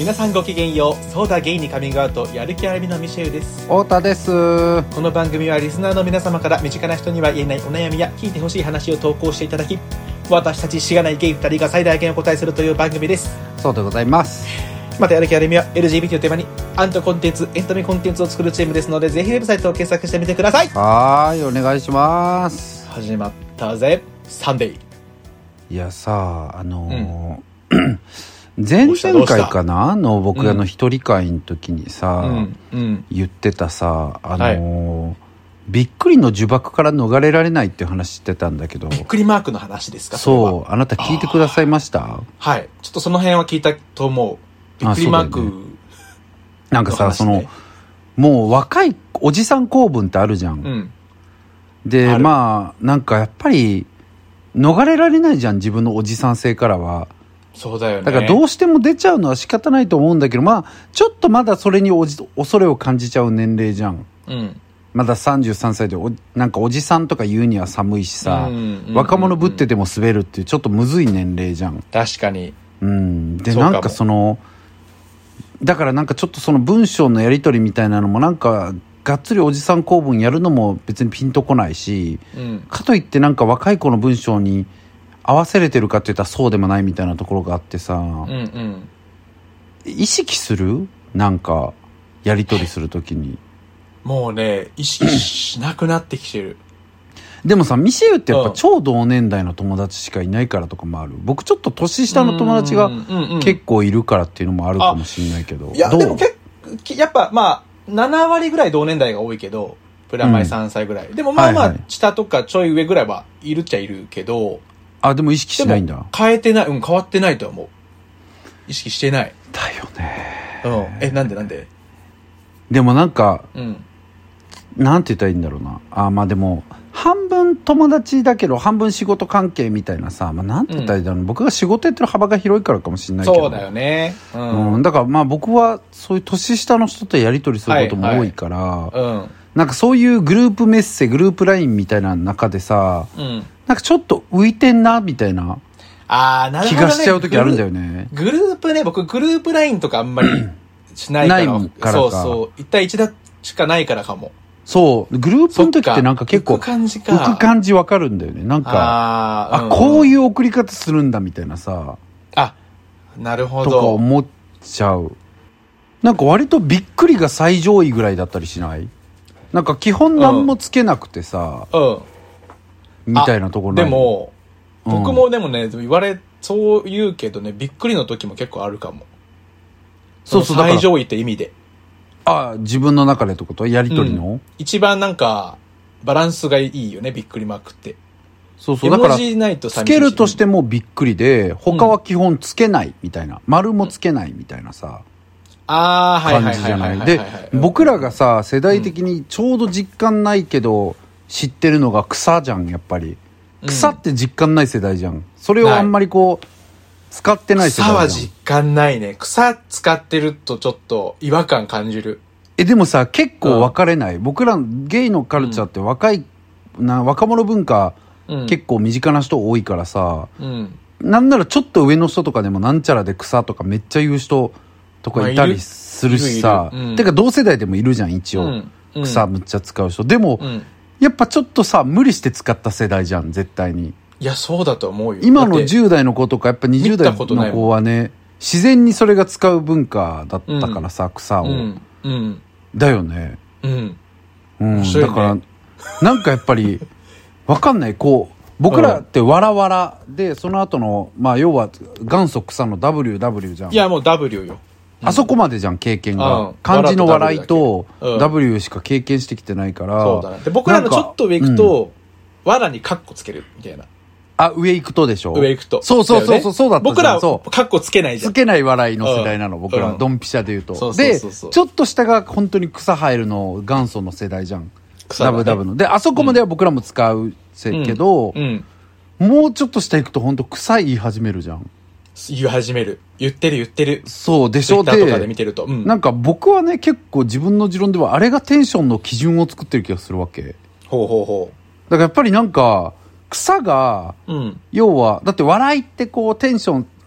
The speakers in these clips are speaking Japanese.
皆さんごきげんよう。そうだゲイにカミングアウト、やる気ありみのミシェウです。 太田です。 この番組はリスナーの皆様から身近な人には言えないお悩みや聞いてほしい話を投稿していただき、私たちしがないゲイ2人が最大限お答えするという番組です。 そうでございます。 またやる気ありみは LGBT をテーマにアントコンテンツ、エンタメコンテンツを作るチームですので、ぜひウェブサイトを検索してみてください。 はい、お願いします。 始まったぜサンデー。 いやさ、前々回かなの僕の一人会の時にさ、言ってたさ、びっくりの呪縛から逃れられないっていう話してたんだけど、 びっくりマークの話ですか？ そう、あなた聞いてくださいました？ はい、ちょっとその辺は聞いたと思う。びっくりマーク、ね、 なんかさ、もう若いおじさん構文ってあるじゃん、でまあなんかやっぱり逃れられないじゃん、自分のおじさん性からは。 そうだよね。 だからどうしても出ちゃうのは仕方ないと思うんだけど、まあちょっとまだそれに恐れを感じちゃう年齢じゃん、まだ33歳でなんかおじさんとか言うには寒いしさ、若者ぶってても滑るっていうちょっとむずい年齢じゃん。 確かに。 でなんかだからなんかちょっとその文章のやり取りみたいなのもなんかがっつりおじさん構文やるのも別にピンとこないし、かといってなんか若い子の文章に合わせれてるかって言ったらそうでもないみたいなところがあってさ、意識する？なんかやり取りするときにもうね、意識しなくなってきてる。 でもさ、ミシェウってやっぱ超同年代の友達しかいないからとかもある。僕ちょっと年下の友達が結構いるからっていうのもあるかもしれないけど、 いやでもやっぱまあ7割ぐらい同年代が多いけど、プラマイ3歳ぐらい、でもまあまあ下とかちょい上ぐらいはいるっちゃいるけど、 でも意識しないんだ。 変えてない、変わってないと思う。意識してないだよね。 なんででもなんか、なんて言ったらいいんだろうな。まあでも半分友達だけど半分仕事関係みたいなさ、なんて言ったらいいんだろう、僕が仕事やってる幅が広いからかもしれないけど。 そうだよね。 だからまあ僕はそういう年下の人とやり取りすることも多いから、なんかそういうグループメッセ、グループラインみたいな中でさ、なんかちょっと浮いてんなみたいな気がしちゃう時あるんだよね。 グループね、僕グループラインとかあんまりしないからないからか。 そう1対1だしかないからかも。 そうグループの時ってなんか結構浮く感じわかるんだよね。なんかこういう送り方するんだみたいなさ、 なるほどとか思っちゃう。なんか割とびっくりが最上位ぐらいだったりしない？なんか基本何もつけなくてさ、みたいなところない？ でも僕もでもね、そう言うけどね、びっくりの時も結構あるかも。そう最上位って意味で。 自分の中でってこと？やりとりの、 一番なんかバランスがいいよね、びっくりマークって。 そうだからつけるとしてもびっくりで、他は基本つけないみたいな、丸もつけないみたいなさ、感じじゃない。で僕らがさ世代的にちょうど実感ないけど知ってるのが草じゃん。やっぱり草って実感ない世代じゃん。それをあんまりこう使ってない世代じゃん。 草は実感ないね。草使ってるとちょっと違和感感じる。 でもさ結構分かれない？僕らゲイのカルチャーって若者文化、結構身近な人多いからさ、なんならちょっと上の人とかでもなんちゃらで草とかめっちゃ言う人とかいたりするしさ、てか同世代でもいるじゃん一応、草むっちゃ使う人でも、やっぱちょっとさ無理して使った世代じゃん絶対に。 いやそうだと思うよ。 今の10代の子とかやっぱ20代の子はね自然にそれが使う文化だったからさ、草を、だよね。だからなんかやっぱりわかんない。こう僕らってわらわらで、その後の要は元祖草の WW じゃん。 いやもう W よ。 あそこまでじゃん経験が。漢字の笑いと W しか経験してきてないから。 そうだね。で僕らのちょっと上行くと、わらにカッコつけるみたいな。 上行くとでしょ。 上行くと。 そうだったじゃん。 僕らカッコつけないじゃん。 つけない笑いの世代なの、僕ら。ドンピシャで言うと。で、ちょっと下が本当に草生えるの元祖の世代じゃん。ダブダブの。で、あそこまでは僕らも使うけど、もうちょっと下行くと本当草言い始めるじゃん。 言い始める。言ってる。 そうでしょ。 で見てると、 なんか僕はね結構自分の持論ではあれがテンションの基準を作ってる気がするわけ。 ほう。 だからやっぱりなんか草が、要はだって笑いってこうテンション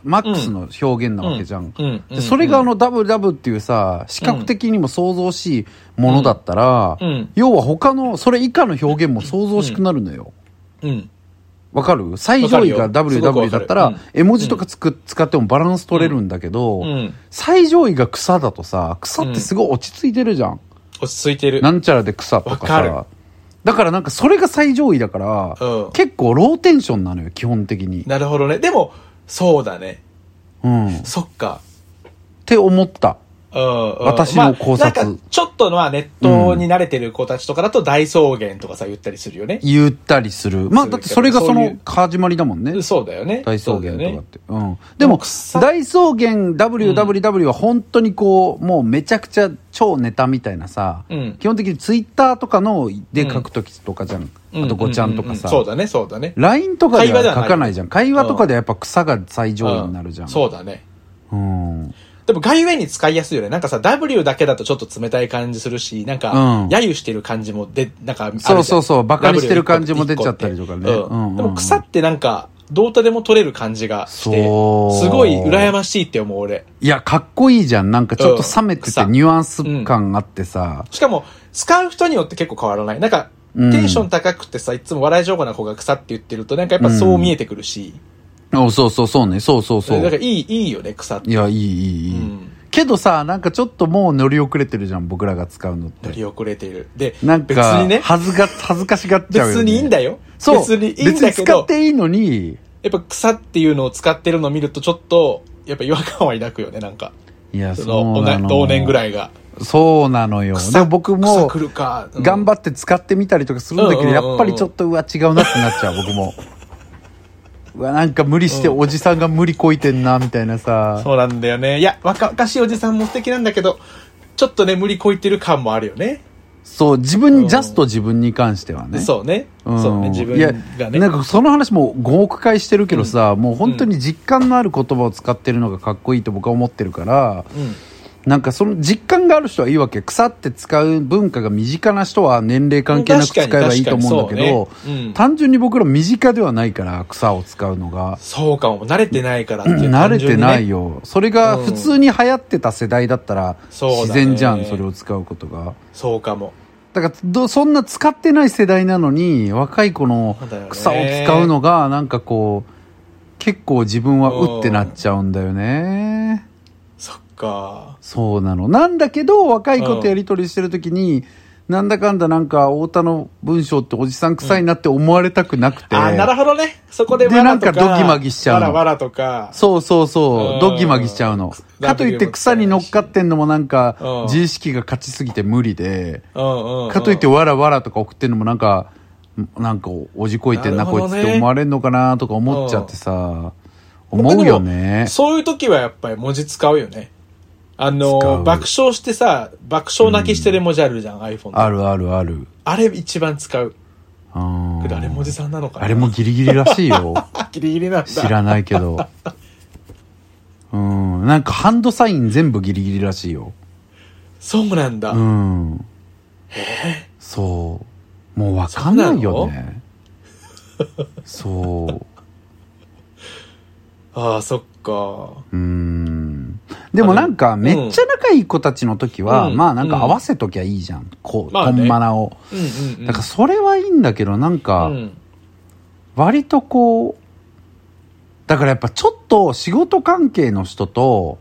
マックスの表現なわけじゃん。でそれがダブルダブっていうさ、視覚的にも想像しいものだったら、要は他の、それ以下の表現も想像しくなるのよ。わかる？最上位が WW だったら、絵文字とか使ってもバランス取れるんだけど、最上位が草だとさ、草ってすごい落ち着いてるじゃん。 落ち着いてる。 なんちゃらで草とかさ。だからなんかそれが最上位だから、結構ローテンションなのよ、基本的に。 なるほどね。でも、そうだね。 うん。 そっか。 って思った。私の考察。 なんか、ちょっとネットに慣れてる子たちとかだと大草原とかさ、言ったりするよね。 言ったりする。まあ、だってそれがその始まりだもんね。 そうだよね。 大草原とかって。うん。でも、大草原 WWW は本当にこう、もうめちゃくちゃ超ネタみたいなさ、基本的にツイッターとかので書くときとかじゃん。あとごちゃんとかさ。 そうだね、そうだね。 LINE とかでは書かないじゃん。会話とかではやっぱ草が最上位になるじゃん。 そうだね。 うん。 でも、外縁に使いやすいよね。なんかさ、W だけだとちょっと冷たい感じするし、なんか、揶揄してる感じもなんかあるじゃん。 そう、バカにしてる感じも出ちゃったりとかね。でも、草ってなんか、どうとでも取れる感じがして、すごい羨ましいって思う、俺。 いや、かっこいいじゃん。なんかちょっと冷めててニュアンス感あってさ。 しかも、使う人によって結構変わらない。なんか、テンション高くてさ、いつも笑い上手な子が草って言ってると、なんかやっぱそう見えてくるし。 そうね。そう。 だからいいよね、草って。 いや、いい。けどさ、なんかちょっともう乗り遅れてるじゃん、僕らが使うのって。 乗り遅れている。で、 なんか、別にね、恥ずかしがっちゃうよね。 別にいいんだよ。 そう。 別にいいんだけど。別に使っていいのに、 やっぱ草っていうのを使ってるのを見るとちょっと、やっぱ違和感は抱くよね、なんか。 いや、そうなの。 同年ぐらいが。 そうなのよ。でも僕も、 来るか、 頑張って使ってみたりとかするんだけど、やっぱりちょっと、違うなってなっちゃう、僕も。なんか無理しておじさんが無理こいてんな、みたいなさ。 そうなんだよね。いや、若しいおじさんも素敵なんだけど、ちょっとね、無理こいてる感もあるよね。 そう、ジャスト自分に関してはね。 そうね。そうね、自分がね。 なんかその話も5億回してるけどさ、もう本当に実感のある言葉を使ってるのがかっこいいと僕は思ってるから、なんかその実感がある人はいいわけ。草って使う文化が身近な人は年齢関係なく使えばいいと思うんだけど、単純に僕ら身近ではないから草を使うのが。 そうかも。慣れてないからっていう、 慣れてないよ。それが普通に流行ってた世代だったら自然じゃん、それを使うことが。 そうかも。 だからそんな使ってない世代なのに若い子の草を使うのがなんかこう結構自分はうってなっちゃうんだよね。 そっか。 そうなの。なんだけど若い子とやり取りしてるときに、なんだかんだなんか太田の文章っておじさん臭いなって思われたくなくて、 あ、なるほどね。そこでわらとかでなんかドギマギしちゃうの。 わらとか。 そうドギマギしちゃうの。かといって草に乗っかってんのもなんか自意識が勝ちすぎて無理で、かといってわらとか送ってんのもなんかおじこいてんなこいつって思われんのかなとか思っちゃってさ、思うよね。 そういう時はやっぱり文字使うよね。爆笑してさ、爆笑泣きしてる文字あるじゃん、iPhone で。 ある。あれ一番使う。あれもおじさんなのかな。 あれもギリギリらしいよ。 ギリギリなんだ。 知らないけど。なんかハンドサイン全部ギリギリらしいよ。 そうなんだ。 そう。もうわかんないよね。そう。 ああ、そっか。 でもなんかめっちゃ仲いい子たちの時は、まあなんか合わせときゃいいじゃん。こう、本マナを。だからそれはいいんだけど、なんか、割とこう、だからやっぱちょっと仕事関係の人と、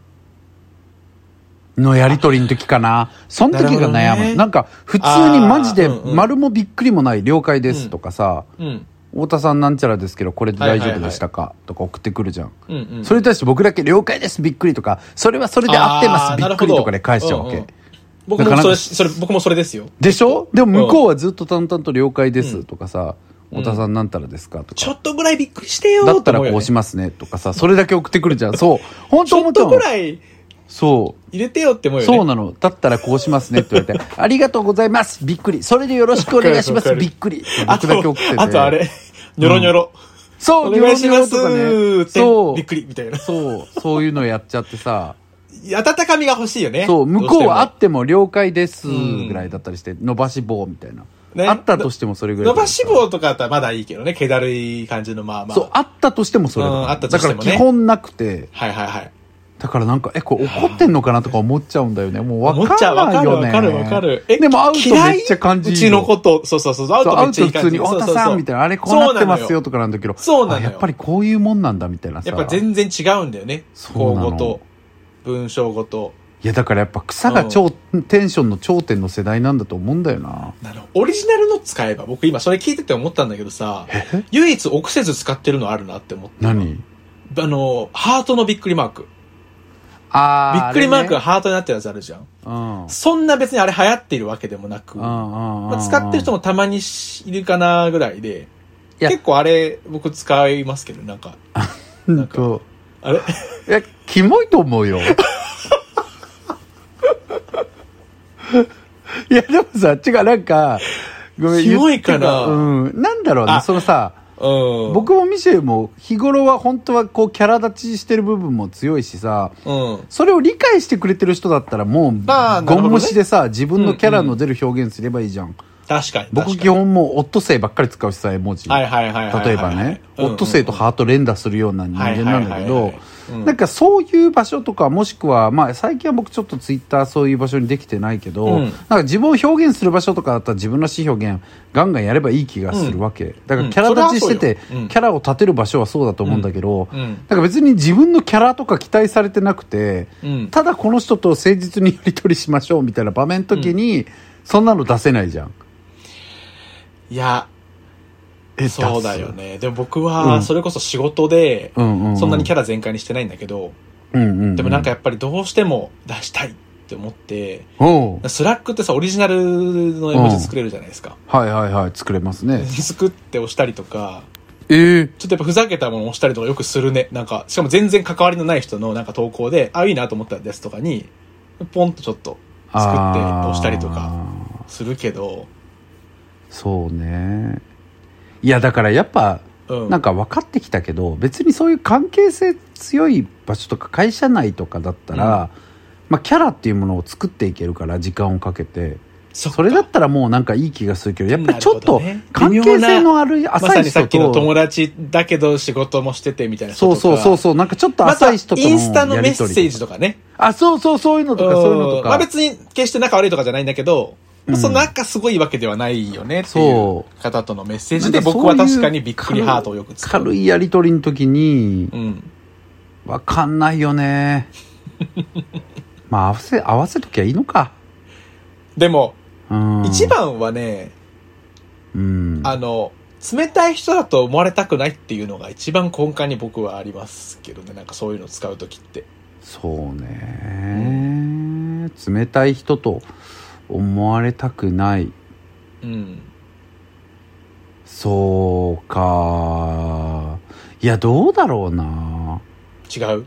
のやりとりの時かな。その時が悩む。なんか普通にマジで丸もびっくりもない了解ですとかさ、太田さんなんちゃらですけどこれで大丈夫でしたかとか送ってくるじゃん。それに対して僕だけ了解ですびっくりとか、それはそれで合ってますびっくりとかで返しちゃうわけ。 僕もそれですよ。 でしょ？でも向こうはずっと淡々と了解ですとかさ、太田さんなんたらですかとか。 ちょっとぐらいびっくりしてよ。 だったらこうしますねとかさ、それだけ送ってくるじゃん。そう。本当思ったもん。 ちょっとぐらい。 そう。 入れてよって思うよね。 そうなの。だったらこうしますねって言われて、ありがとうございます。びっくり。それでよろしくお願いします。びっくり。僕だけ送ってて。 あとあれ、ニョロニョロ。 そう、 お願いしますとかね。 そう。びっくりみたいな。 そういうのやっちゃってさ。 温かみが欲しいよね。 そう、向こうはあっても了解ですぐらいだったりして、伸ばし棒みたいな。 あったとしてもそれぐらい。 伸ばし棒とかだったらまだいいけどね。気だるい感じのまあまあ。 そう、あったとしてもそれだ。 あったとしてもね。 だから基本なくて。 はいはいはい。 だからなんか、これ怒ってんのかなとか思っちゃうんだよね。もう分かんないよね。 わかる。 でも会うとめっちゃ感じいい。 うちのこと、そう。会うとめっちゃいい感じ。 普通に、太田さんみたいな、あれこうなってますよとかなんだけど。 そうなのよ。 やっぱりこういうもんなんだみたいなさ。 やっぱ全然違うんだよね。口語と、文章語と。 いやだからやっぱ草がテンションの頂点の世代なんだと思うんだよな。 なるほど。オリジナルの使えば、僕今それ聞いてて思ったんだけどさ、唯一臆せず使ってるのあるなって思って。 何？ ハートのびっくりマーク。びっくりマークがハートになってるやつあるじゃん。そんな別にあれ流行っているわけでもなく、使ってる人もたまにいるかなぐらいで、結構あれ僕使いますけど、なんかあれキモいと思うよ。いやでもさ、違う、なんかごめん、キモいかな。 なんだろうね、そのさ、僕もミシェルも日頃は本当はこうキャラ立ちしてる部分も強いしさ、それを理解してくれてる人だったらもうゴン無視でさ、自分のキャラの出る表現すればいいじゃん。 確かに。 僕基本もうオットセイばっかり使うしさ、絵文字。例えばね、オットセイとハート連打するような人間なんだけど、なんかそういう場所とか、もしくはまあ最近は僕ちょっとツイッターそういう場所にできてないけど、なんか自分を表現する場所とかだったら自分らしい表現ガンガンやればいい気がするわけ。だからキャラ立ちしててキャラを立てる場所はそうだと思うんだけど、なんか別に自分のキャラとか期待されてなくて、ただこの人と誠実にやり取りしましょうみたいな場面の時にそんなの出せないじゃん。 いや、そうだよね。でも僕はそれこそ仕事でそんなにキャラ全開にしてないんだけど、でもなんかやっぱりどうしても出したいって思って、スラックってさ、オリジナルの絵文字作れるじゃないですか。 作れますね。 作って押したりとか、ちょっとやっぱふざけたものを押したりとかよくするね。なんかしかも全然関わりのない人のなんか投稿で、いいなと思ったやつとかにポンとちょっと作って押したりとかするけど。 そうね。いやだからやっぱ、なんか分かってきたけど、別にそういう関係性強い場所とか会社内とかだったら、まあキャラっていうものを作っていけるから時間をかけて、それだったらもうなんかいい気がするけど、やっぱりちょっと関係性のある浅い人と、まさにさっきの友達だけど仕事もしててみたいな人とか、 そうなんかちょっと浅い人とのやり取り、 インスタのメッセージとかね、 そういうのとかそういうのとか、 まあ別に決して仲悪いとかじゃないんだけど、その仲すごいわけではないよねっていう方とのメッセージで、僕は確かにびっくりハートをよく使う。 軽いやり取りの時に、わかんないよね。まあ合わせときゃいいのか。 でも、一番はね、冷たい人だと思われたくないっていうのが一番根幹に僕はありますけどね。なんかそういうのを使う時って。 そうね。冷たい人と思われたくない。そうか。いやどうだろうな。 違う。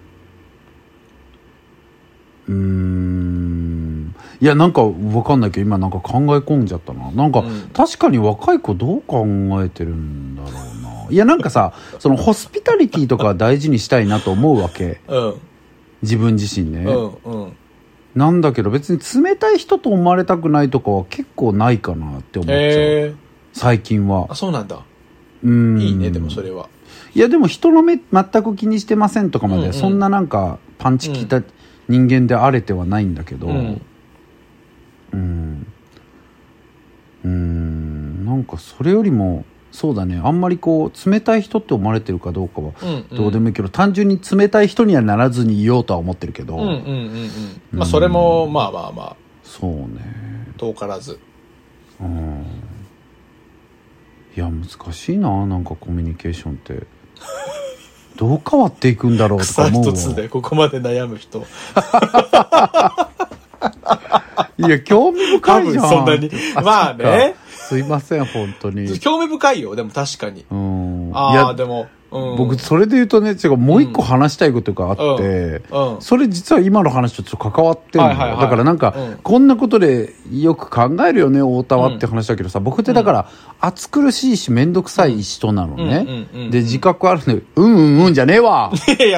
いやなんか分かんないけど今なんか考え込んじゃったな。なんか、確かに若い子どう考えてるんだろうな。いやなんかさ、そのホスピタリティとかは大事にしたいなと思うわけ。自分自身ね。なんだけど別に冷たい人と思われたくないとかは結構ないかなって思っちゃう。最近は。 あ、そうなんだ。いいね。でもそれは。 いやでも人の目全く気にしてませんとかまで、そんななんかパンチ効いた人間であれてはないんだけど、なんかそれよりもそうだね、あんまりこう冷たい人って思われてるかどうかはどうでもいいけど、単純に冷たい人にはならずにいようとは思ってるけど、 まあそれもまあまあまあそうね、 遠からず。 いや難しいな、なんかコミュニケーションってどう変わっていくんだろうとか思うわ。 草一つでここまで悩む人いや興味深いじゃん。 そんなにまあね、 すいません本当に。 興味深いよ。でも確かに。 いやでも、 僕それで言うとね、もう一個話したいことがあって、それ実は今の話とちょっと関わってるのよ。だからなんか、こんなことでよく考えるよね太田はって話だけどさ、僕ってだから暑苦しいし面倒くさい人なのね。で自覚あるのよ。うんじゃねえわ。 いやいや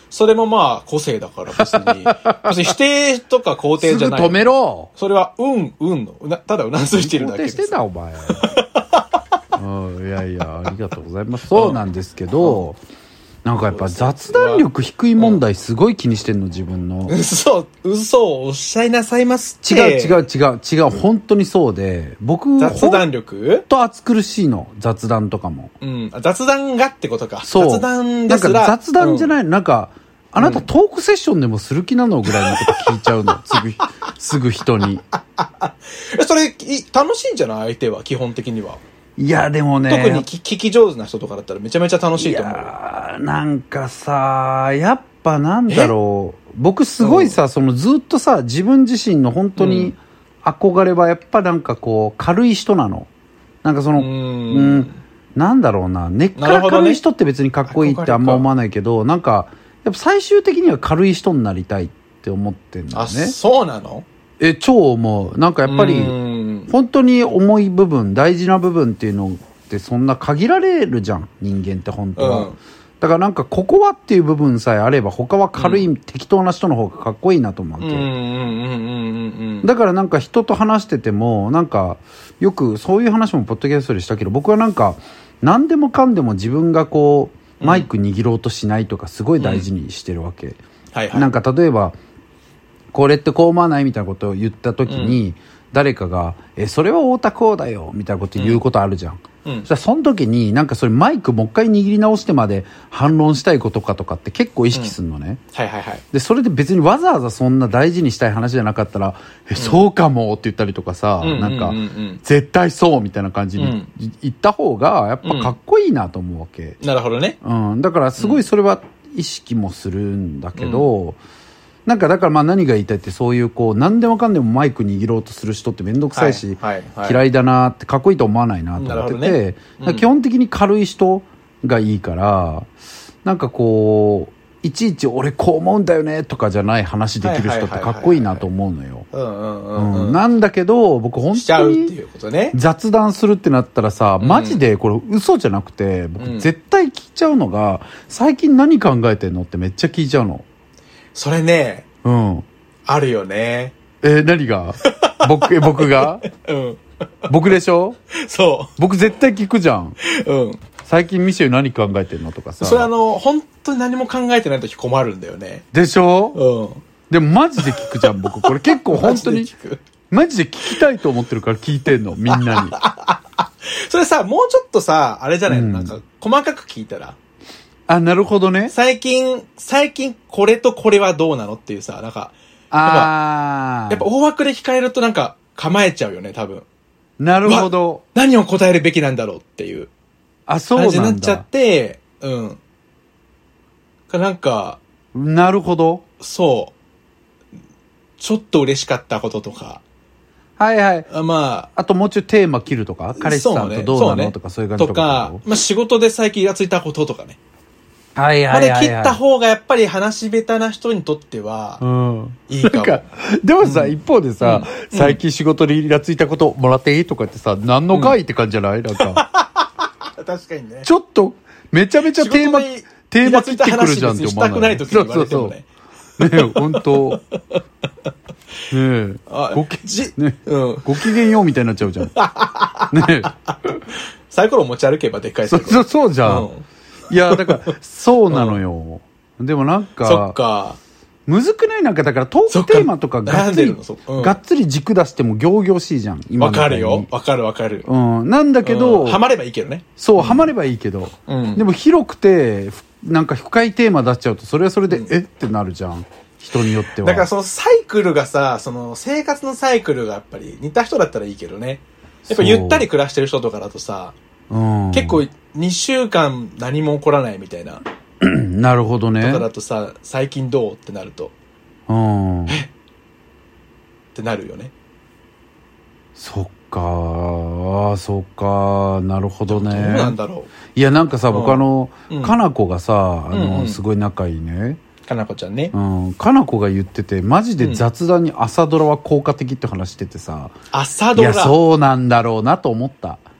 それもまあ個性だから別に否定とか肯定じゃない。 すぐ止めろ。 それはただうなずいてるだけです。 肯定してたお前。いやいや、ありがとうございます。そうなんですけど、なんかやっぱ雑談力低い問題すごい気にしてんの、自分の。 嘘をおっしゃいなさいますって。 違う、本当にそうで、僕、 雑談力？ ほんと暑苦しいの、雑談とかも。 雑談がってことか。 そう。 雑談ですら。 なんか雑談じゃない、なんか、あなたトークセッションでもする気なのぐらいのこと聞いちゃうの。すぐ人に。 それ、楽しいんじゃない？相手は、基本的には。 いや、でもね。 特に聞き上手な人とかだったらめちゃめちゃ楽しいと思う。いやなんかさ、やっぱなんだろう。僕すごいさ、ずっとさ、自分自身の本当に憧れはやっぱなんかこう、軽い人なの。なんかなんだろうな。根っから軽い人って別にかっこいいってあんま思わないけど、なんか、やっぱ最終的には軽い人になりたいって思ってんだよね。あ、 そうなの？ 超思う。なんかやっぱり、本当に重い部分、大事な部分っていうのってそんな限られるじゃん、人間って本当は。だからなんかここはっていう部分さえあれば他は軽い、適当な人の方がかっこいいなと思うわけ。だからなんか人と話してても、なんかよくそういう話もポッドキャストでしたけど、僕はなんか何でもかんでも自分がこう、マイク握ろうとしないとかすごい大事にしてるわけ。なんか例えば、これってこう思わないみたいなことを言った時に、誰かがそれは太田こうだよみたいなこと言うことあるじゃん。そしたらその時になんかそれマイクもう一回握り直してまで反論したいことかとかって結構意識するのね。でそれで別にわざわざそんな大事にしたい話じゃなかったらそうかもって言ったりとかさ、なんか絶対そうみたいな感じに言った方がやっぱかっこいいなと思うわけ。 なるほどね。 だからすごいそれは意識もするんだけど、なんかだからまあ何が言いたいってそういうこう何でもかんでもマイク握ろうとする人って面倒くさいし嫌いだなってかっこいいと思わないなと思ってて、基本的に軽い人がいいからなんかこういちいち俺こう思うんだよねとかじゃない話できる人ってかっこいいなと思うのよ。なんだけど僕本当に雑談するってなったらさ、マジでこれ嘘じゃなくて僕絶対聞いちゃうのが最近何考えてんのってめっちゃ聞いちゃうの。 それね、あるよね。 何が僕が僕でしょ？ そう。 僕絶対聞くじゃん。最近ミシェル何考えてんのとかさ。 それ本当に何も考えてないとき困るんだよね。 でしょ？でもマジで聞くじゃん、僕。これ結構本当に、マジで聞きたいと思ってるから聞いてんの、みんなに。 それさ、もうちょっとさ、あれじゃないの、なんか、細かく聞いたら。 あ、なるほどね。 最近、これとこれはどうなのっていうさ、なんか、やっぱ大枠で聞かれるとなんか構えちゃうよね、多分。 なるほど。 何を答えるべきなんだろうっていう。 あ、そうなんだ。 感じになっちゃって、なんか。 なるほど。 そう。ちょっと嬉しかったこととか。まあ。 あともうちょいテーマ切るとか、彼氏さんとどうなのとかそういう感じとか。 まあ仕事で最近イラついたこととかね。 まで切った方がやっぱり話下手な人にとっては、いいかも。 でもさ、一方でさ、最近仕事でイラついたこともらっていいとかってさ、何の回って感じじゃない？なんか。 確かにね。 ちょっと、めちゃめちゃテーマ切ってくるじゃんって思わない。 そうそうそう。ねえ、ほんと。ねえ。ご機嫌ようみたいになっちゃうじゃん。ねえ。 サイコロ持ち歩けばでっかい。 そうじゃん。いや、だから、そうなのよ。でもなんか、 そっか。 むずくない？なんかだからトークテーマとかがっつり軸出しても仰々しいじゃん。 今わかるよ。わかる。 なんだけど、 ハマればいいけどね。 そう、ハマればいいけど。でも広くて、なんか深いテーマ出しちゃうと、それはそれで、ってなるじゃん。人によっては。 だからそのサイクルがさ、その生活のサイクルがやっぱり似た人だったらいいけどね。やっぱゆったり暮らしてる人とかだとさ、結構2週間何も起こらないみたいな。 なるほどね。 とかだとさ、最近どうってなると。ってなるよね。 そっか、なるほどね。 どうなんだろう。いや、なんかさ、僕かなこがさ、すごい仲いいね。 かなこちゃんね。 かなこが言ってて、マジで雑談に朝ドラは効果的って話しててさ。 朝ドラ？ いや、そうなんだろうなと思った。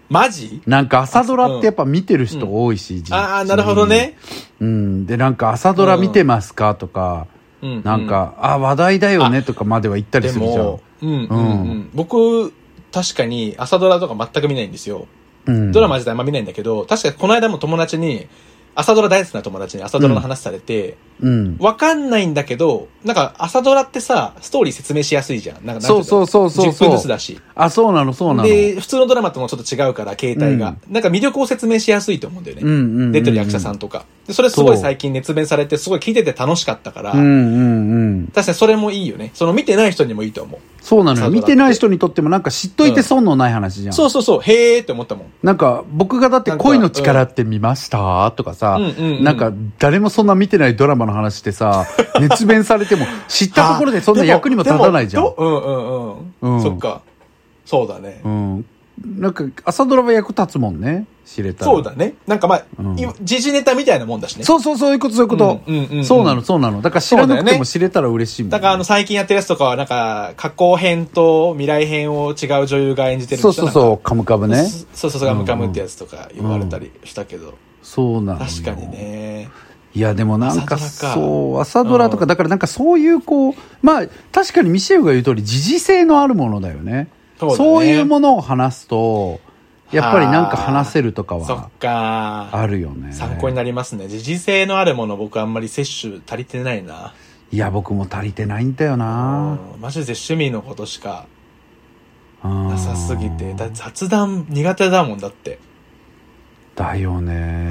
マジ？ なんか朝ドラってやっぱ見てる人多いし、 ああ、なるほどね。 で、なんか朝ドラ見てますかとか、なんか、話題だよねとかまでは言ったりするじゃん。 僕、確かに朝ドラとか全く見ないんですよ。ドラマ自体あんま見ないんだけど、確かにこの間も友達に、朝ドラ大好きな友達に朝ドラの話されて、わかんないんだけど、なんか朝ドラってさ、ストーリー説明しやすいじゃん。なんかそう。10 分ずつだし。 あ、そうなの。 で、普通のドラマともちょっと違うから、形態が。なんか魅力を説明しやすいと思うんだよね。出てる役者さんとか。でそれすごい最近熱弁されて、すごい聞いてて楽しかったから、確かにそれもいいよね。その見てない人にもいいと思う。 そうなのよ。見てない人にとってもなんか知っといて損のない話じゃん。 そう。へーって思ったもん。 なんか、僕がだって恋の力って見ましたとかさ、なんか誰もそんな見てないドラマの話ってさ、熱弁されても知ったところでそんな役にも立たないじゃん。 そっか。そうだね。 なんか朝ドラは役立つもんね、知れたら。 そうだね。なんかまあ、時事ネタみたいなもんだしね。 そういうこと。そうなの。だから知らなくても知れたら嬉しいもんね。 だから最近やってるやつとかはなんか、過去編と未来編を違う女優が演じてる。 カムカムね。 カムカムってやつとか言われたりしたけど。 そうなの。 確かにね。 いやでもなんか朝ドラとか、だからなんかそういうこう、まあ確かにミシェルが言う通り時事性のあるものだよね。そういうものを話すと、やっぱりなんか話せるとかはあるよね。 参考になりますね。時事性のあるもの僕あんまり摂取足りてないな。 いや僕も足りてないんだよな。 マジで趣味のことしかなさすぎて、雑談苦手だもんだって。 だよね。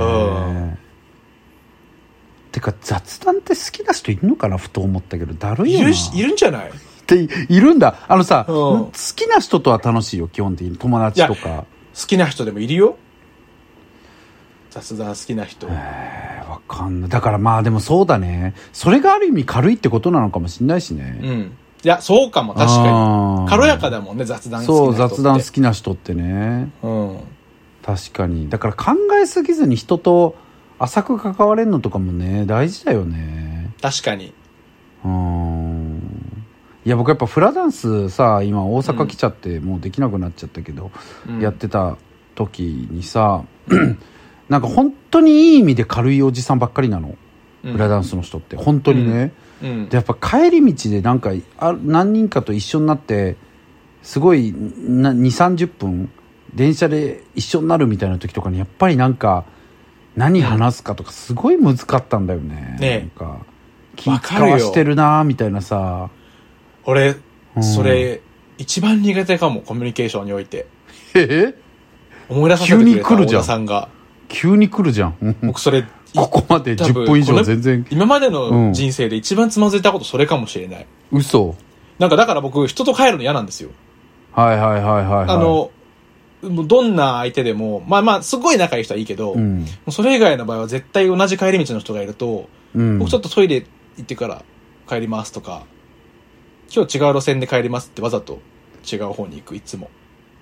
てか雑談って好きな人いるのかな、ふと思ったけど。だるいよな。 いるんじゃない？ いるんだ。さ、好きな人とは楽しいよ、基本的に。友達とか。 好きな人でもいるよ。雑談好きな人。 わかんない。だからまあでもそうだね。それがある意味軽いってことなのかもしれないしね。 いや、そうかも、確かに。軽やかだもんね、雑談好きな人って。 そう、雑談好きな人ってね。確かに。だから考えすぎずに人と浅く関われるのとかもね、大事だよね。 確かに。 いや僕やっぱフラダンスさ、今大阪来ちゃってもうできなくなっちゃったけど、やってた時にさなんか本当にいい意味で軽いおじさんばっかりなの、フラダンスの人って本当にね、でやっぱ帰り道でなんか何人かと一緒になってすごい2,30 分電車で一緒になるみたいな時とかにやっぱりなんか何話すかとかすごい難かったんだよね。なんか気使わしてるなみたいなさ。 俺、それ、一番苦手かも、コミュニケーションにおいて。思い出させてくれた小田さんが。 急に来るじゃん。 僕それ、 ここまで10分以上全然。 今までの人生で一番つまずいたことそれかもしれない。 嘘。 なんかだから僕、人と帰るの嫌なんですよ。どんな相手でも、まあすごい仲いい人はいいけど、それ以外の場合は絶対同じ帰り道の人がいると、僕ちょっとトイレ行ってから帰りますとか、今日違う路線で帰りますってわざと違う方に行く、いつも。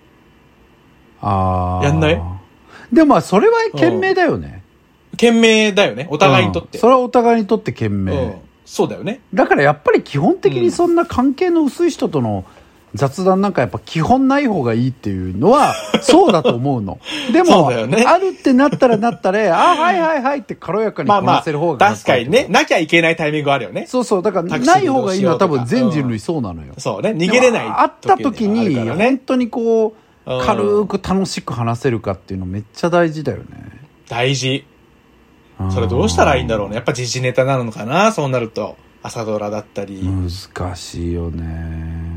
やんない？ でもそれは賢明だよね。 賢明だよね、お互いにとって。 それはお互いにとって賢明。 そうだよね。 だからやっぱり基本的にそんな関係の薄い人との雑談なんかやっぱ基本ない方がいいっていうのはそうだと思うの。でも、ね、あるってなったらはいって軽やかにこなせる方が、 確かにね、なきゃいけないタイミングあるよね。 そうだからない方がいいのは多分全人類そうなのよ。 そうね、逃げれない。 会った時に本当にこう軽く楽しく話せるかっていうのめっちゃ大事だよね。 大事。それどうしたらいいんだろうね。やっぱ時事ネタなのかな、そうなると。朝ドラだったり。 難しいよね。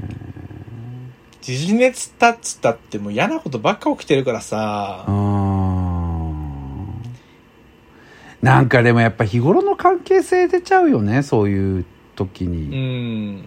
時事ネタっつったってもう嫌なことばっか起きてるからさ。 なんかでもやっぱ日頃の関係性出ちゃうよね、そういう時に。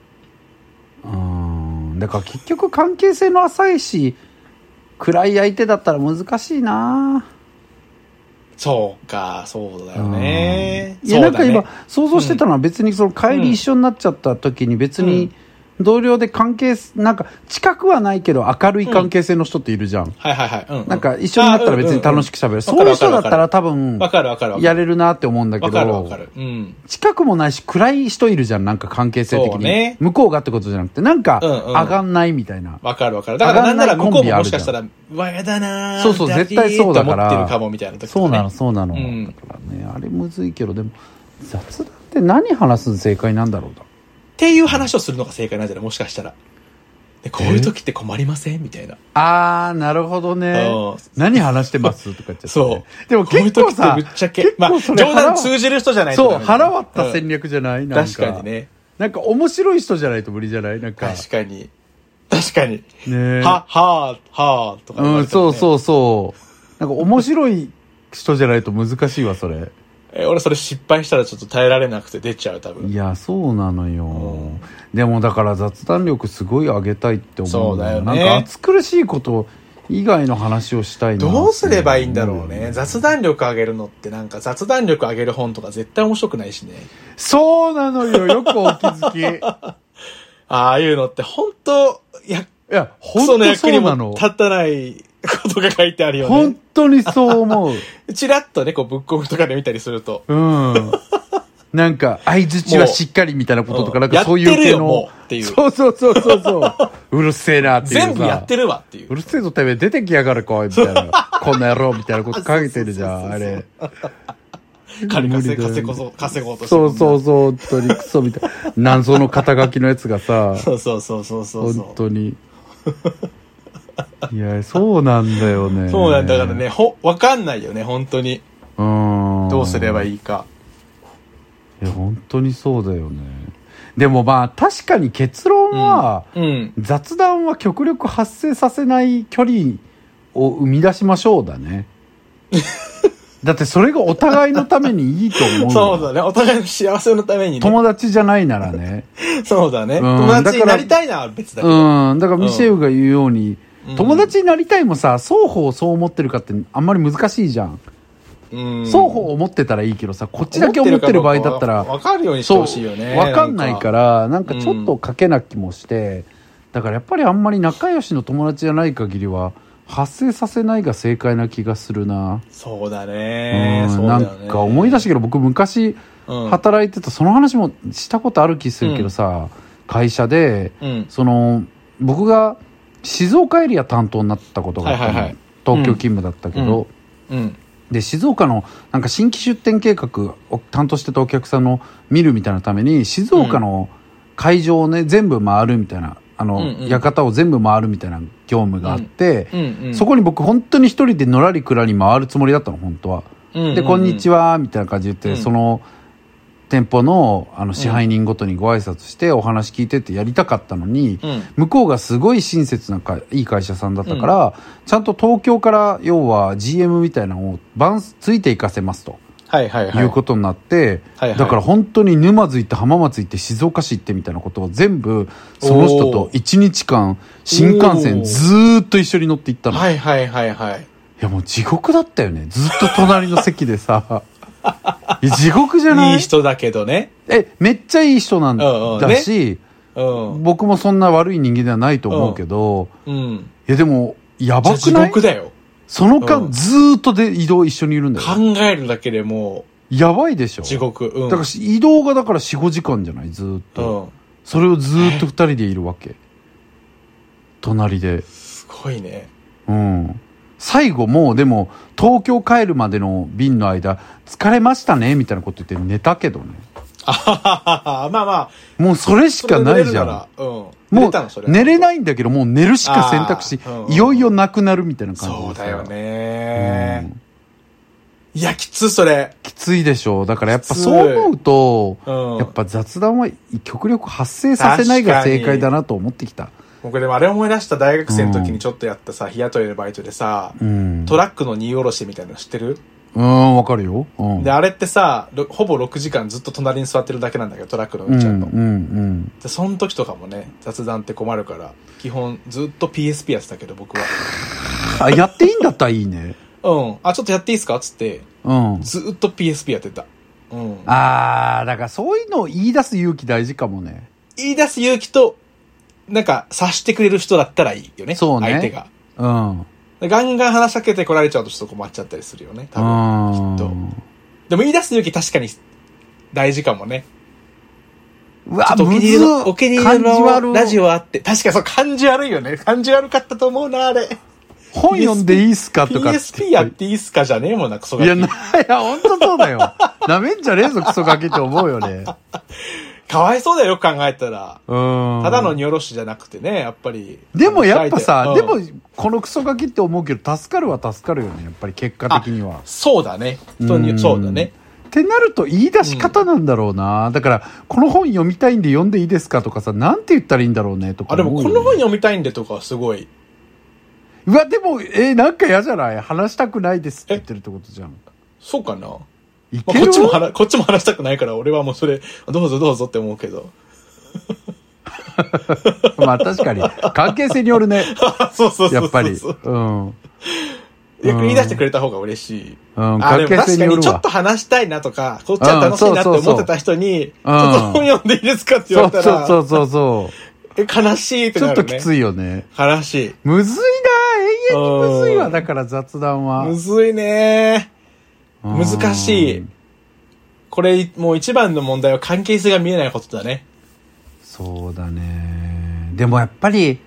だから結局関係性の浅いし暗い相手だったら難しいな。そうか、そうだよね。 いや、なんか今想像してたのは別にその帰り一緒になっちゃった時に別に同僚で関係、なんか近くはないけど明るい関係性の人っているじゃん。 はいはいはい。 なんか一緒になったら別に楽しく喋る。そういう人だったら多分、やれるなって思うんだけど、近くもないし暗い人いるじゃん、なんか関係性的に。向こうがってことじゃなくて、なんか上がんないみたいな。 わかる。だからなんなら向こうももしかしたら、わやだなそう、絶対そうだから。 思ってるかもみたいな時そうなの。だからね、あれむずいけど、でも、雑談って何話す正解なんだろうだ。 っていう話をするのが正解なんじゃないもしかしたら。でこういう時って困りませんみたいな。 なるほどね。何話してますとか言っちゃって。 そう。 でも結構さ、 ぶっちゃけ。まあ、冗談通じる人じゃないと。そう、腹割った戦略じゃない、なんか。 確かにね。 なんか面白い人じゃないと無理じゃないなんか。 確かに。 ねはとか、ね。 そう。なんか面白い人じゃないと難しいわ、それ。 俺それ失敗したらちょっと耐えられなくて出ちゃう多分。 いやそうなのよ、でもだから雑談力すごい上げたいって思う。 そうだよね。 なんか暑苦しいこと以外の話をしたいな。 どうすればいいんだろうね。雑談力上げるのってなんか雑談力上げる本とか絶対面白くないしね。 そうなのよ、よくお気づき。 ああいうのって本当いや本当そうなの。立たないことが書いてあるよね。 本当にそう思う。チラッとね、こうブックオフとかで見たりすると。 なんか、相槌はしっかりみたいなこととか、なんかそういう系の。そう。うるせえなっていう。 全部やってるわっていう。 うるせえぞてめえ出てきやがるこいみたいな。こんな野郎みたいなこと書いてるじゃん、あれ。 金稼ごうとしてる。 そう、本当にクソみたいな。謎の肩書きのやつがさ。 そう。 本当に。いや、そうなんだよね。 そうなんだからね、わかんないよね、本当に。どうすればいいか。 いや、本当にそうだよね。でもまあ、確かに結論は、雑談は極力発生させない距離を生み出しましょうだね。だってそれがお互いのためにいいと思う。 そうだね。お互いの幸せのためにね。 友達じゃないならね。 そうだね。友達になりたいのは別だけど。 だからミシェルが言うように、友達になりたいもさ、双方そう思ってるかってあんまり難しいじゃん。双方思ってたらいいけどさ、こっちだけ思ってる場合だったら分かるようにしてほしいよね。 分かんないからなんかちょっとかけな気もして、だからやっぱりあんまり仲良しの友達じゃない限りは発生させないが正解な気がするな。 そうだね。 なんか思い出したけど、僕昔働いてた、その話もしたことある気するけどさ、会社でその僕が静岡エリア担当になったことがあったの、東京勤務だったけど、で静岡のなんか新規出店計画を担当してたお客さんの見るみたいなために静岡の会場をね、全部回るみたいな、館を全部回るみたいな業務があって、そこに僕本当に一人でのらりくらり回るつもりだったの、本当は。で、こんにちはみたいな感じで言って、その店舗の支配人ごとにご挨拶してお話聞いてってやりたかったのに、向こうがすごい親切ないい会社さんだったから、ちゃんと東京から要は GM みたいなのをついていかせますということになって、だから本当に沼津行って浜松行って静岡市行ってみたいなことを全部その人と1日間新幹線ずーっと一緒に乗って行ったの。いやもう地獄だったよね、ずっと隣の席でさ。地獄じゃない？ いい人だけどね。 めっちゃいい人なんだし、僕もそんな悪い人間ではないと思うけど、いやでもやばくない？ 地獄だよ。 その間ずーっとで移動一緒にいるんだよ。 考えるだけでもうやばいでしょ。 地獄。 だから移動がだから 4,5 時間じゃない、ずーっと。それをずーっと2人でいるわけ。隣で。 すごいね。 最後もうでも東京帰るまでの便の間疲れましたねみたいなこと言って寝たけどね。 まあもうそれしかないじゃん。もう寝れないんだけどもう寝るしか選択肢いよいよなくなるみたいな感じで。 そうだよね。いやきつそれ。 きついでしょ。だからやっぱそう思うと、やっぱ雑談は極力発生させないが正解だなと思ってきた。 僕でもあれ思い出した。大学生の時にちょっとやったさ、日雇いのバイトでさ、トラックの荷下ろしみたいなの知ってる？ わかるよ。 で、あれってさ、ほぼ6時間ずっと隣に座ってるだけなんだけど、トラックの運ちゃんの。で、その時とかもね、雑談って困るから、基本ずっと PSP やってたけど、僕は。 やっていいんだったらいいね。 ちょっとやっていいですかつって、ずっと PSP やってた。 だからそういうのを言い出す勇気大事かもね。 言い出す勇気と、 なんか察してくれる人だったらいいよね。 そうね。 相手が。 うん。 ガンガン話しかけてこられちゃうとちょっと困っちゃったりするよね。多分、きっと。でも言い出す勇気確かに大事かもね。 うわ、 お気に入りのラジオあって。確かにそう、感じ悪いよね。感じ悪かったと思うな、あれ。 本読んでいいっすかとか。 PSP やっていいっすかじゃねえもんな、クソガキ。 いや、ほんとそうだよ。なめんじゃねえぞ、クソガキって思うよね。 かわいそうだよ、よく考えたら。ただの荷下ろしじゃなくてね、やっぱり。 でもやっぱさ、でも、このクソガキって思うけど、助かるは助かるよね、やっぱり結果的には。 そうだね。そうだね。 ってなると言い出し方なんだろうな。だから、この本読みたいんで読んでいいですかとかさ、なんて言ったらいいんだろうね、とか、 でもこの本読みたいんでとかすごい。 うわ、でも、なんか嫌じゃない？話したくないですって言ってるってことじゃん。 そうかな。 いける？ こっちも話したくないから、俺はもうそれ、どうぞどうぞって思うけど。 まあ確かに、関係性によるね。 そう。 やっぱり。うん。 よく言い出してくれた方が嬉しい。 うん、関係性によるわ。 確かにちょっと話したいなとか、こっちは楽しいなって思ってた人に、ちょっと本読んでいいですかって言われたら、 そう。 悲しいってなるね。 ちょっときついよね。 悲しい。 むずいな、永遠にむずいわ、だから雑談は。 むずいね。難しい。これ、もう一番の問題は関係性が見えないことだね。 そうだね。でもやっぱり、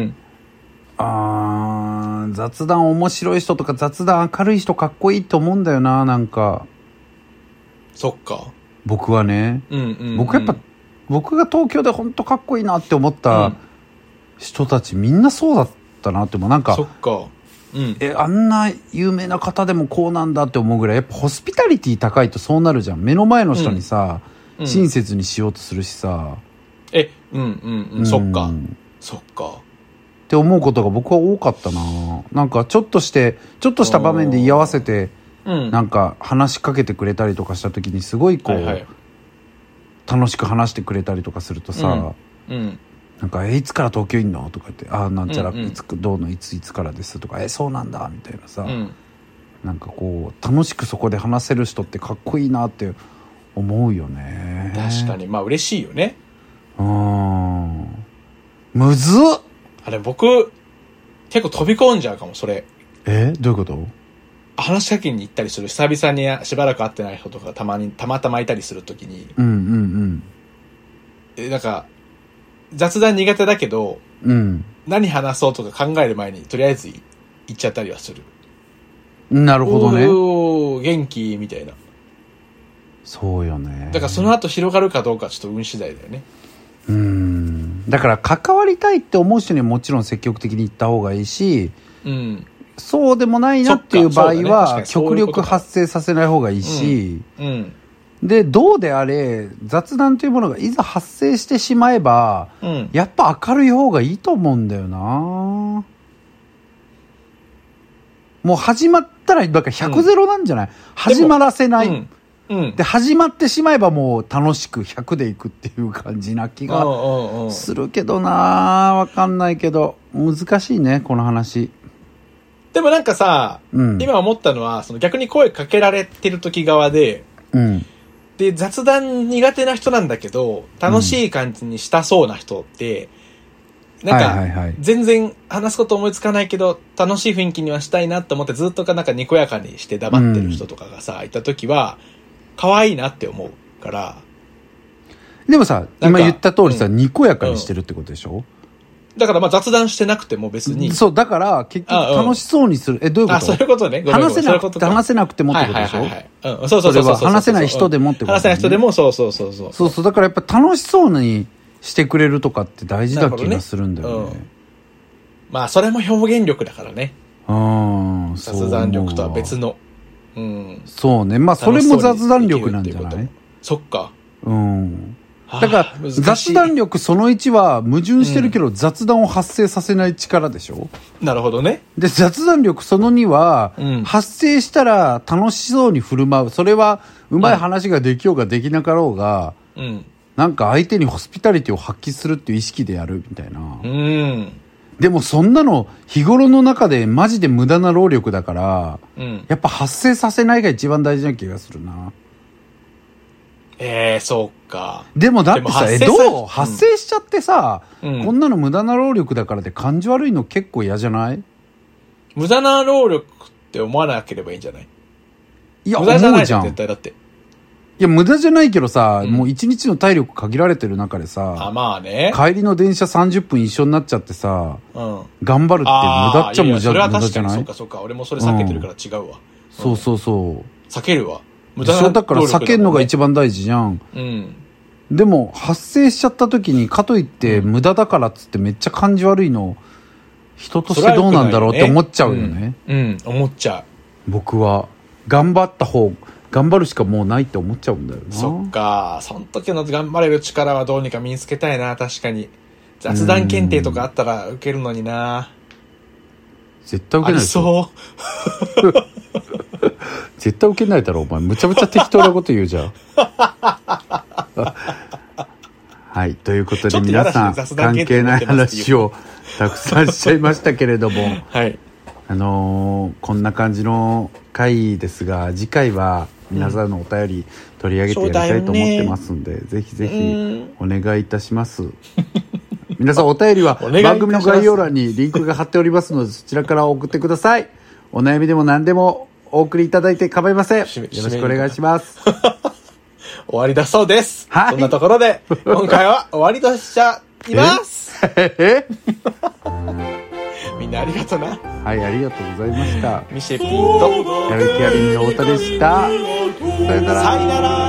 雑談面白い人とか雑談明るい人かっこいいと思うんだよな、なんか。 そっか。 僕はね。僕やっぱ、僕が東京で本当かっこいいなって思った人たちみんなそうだったなって思う。なんか、 そっか。 あんな有名な方でもこうなんだって思うぐらい、やっぱホスピタリティ高いとそうなるじゃん。目の前の人にさ、親切にしようとするしさ。 そっか。そっか。 って思うことが僕は多かったな。なんかちょっとした場面で居合わせて、なんか話しかけてくれたりとかした時にすごいこう、楽しく話してくれたりとかするとさ、なんかいつから東京いんのとか言って、なんちゃらいつからですとか、そうなんだみたいなさ、なんかこう楽しくそこで話せる人ってかっこいいなって思うよね。 確かに、まあ嬉しいよね。 むずっ。 あれ僕結構飛び込んじゃうかも、それ。 どういうこと？ 話しかけに行ったりする。久々にしばらく会ってない人とかたまたまいたりするときに、なんか雑談苦手だけど、何話そうとか考える前にとりあえず行っちゃったりはする。 なるほどね。 元気みたいな。 そうよね。 だからその後広がるかどうかちょっと運次第だよね。 だから関わりたいって思う人にはもちろん積極的に行った方がいいし、そうでもないなっていう場合は極力発生させない方がいいし、でどうであれ雑談というものがいざ発生してしまえば、やっぱ明るい方がいいと思うんだよな。もう始まったらだから100ゼロなんじゃない？始まらせない。で始まってしまえばもう楽しく100でいくっていう感じな気がするけどな。わかんないけど難しいねこの話。 でもなんかさ、今思ったのはその逆に声かけられてる時側で、で雑談苦手な人なんだけど楽しい感じにしたそうな人って、なんか全然話すこと思いつかないけど楽しい雰囲気にはしたいなと思ってずっとなんかにこやかにして黙ってる人とかがさ、いた時は可愛いなって思うから。 でもさ今言った通りさ、にこやかにしてるってことでしょ？ だからまあ雑談してなくても別に。 そう、だから結局楽しそうにする。どういうこと？ そういうことね。 話せなくてもってことでしょ？そう。話せない人でもってこと。 話せない人でもそう。そう。 だからやっぱ楽しそうにしてくれるとかって大事だ気がするんだよね。 まあそれも表現力だからね。雑談力とは別の。そうね。まあそれも雑談力なんじゃない？ そっか。 だから雑談力その1は矛盾してるけど雑談を発生させない力でしょ？ なるほどね。 で雑談力その2は、発生したら楽しそうに振る舞う。それはうまい話ができようができなかろうが、なんか相手にホスピタリティを発揮するっていう意識でやるみたいな。でもそんなの日頃の中でマジで無駄な労力だから、やっぱ発生させないが一番大事な気がするな。 そうか。 でもだってさ、どう発生しちゃってさ、こんなの無駄な労力だからって感じ悪いの結構嫌じゃない？ 無駄な労力って思わなければいいんじゃない？ いや、 無駄じゃないじゃん。 絶対だって。いや、無駄じゃないけどさ、もう一日の体力限られてる中でさ、 まあね。 帰りの電車30分一緒になっちゃってさ、頑張るって無駄っちゃ無駄じゃない？それは確かにそうか。俺もそれ避けてるから違うわ。 そう。 避けるわ。 無駄な労力だから避けるのが一番大事じゃん。でも、発生しちゃった時に、かといって無駄だからっつってめっちゃ感じ悪いの、人としてどうなんだろうって思っちゃうよね。 思っちゃう。僕は、頑張るしかもうないって思っちゃうんだよな。 そっか。その時の頑張れる力はどうにか身につけたいな、確かに。雑談検定とかあったら受けるのにな。 絶対受けないでしょ。絶対受けないだろ、お前。むちゃむちゃ適当なこと言うじゃん。はい。ということで皆さん、関係ない話をたくさんしちゃいましたけれども、 はい。 こんな感じの回ですが、次回は皆さんのお便り取り上げてやりたいと思ってますんで、ぜひぜひお願いいたします。皆さんお便りは番組の概要欄にリンクが貼っておりますので、そちらから送ってください。お悩みでも何でもお送りいただいて構いません。よろしくお願いします。 終わりだそうです。はい。そんなところで、今回は終わりとしちゃいます。みんなありがとな。 はい、ありがとうございました。 ミシェピーとやる気ありみの太田でした。さよなら。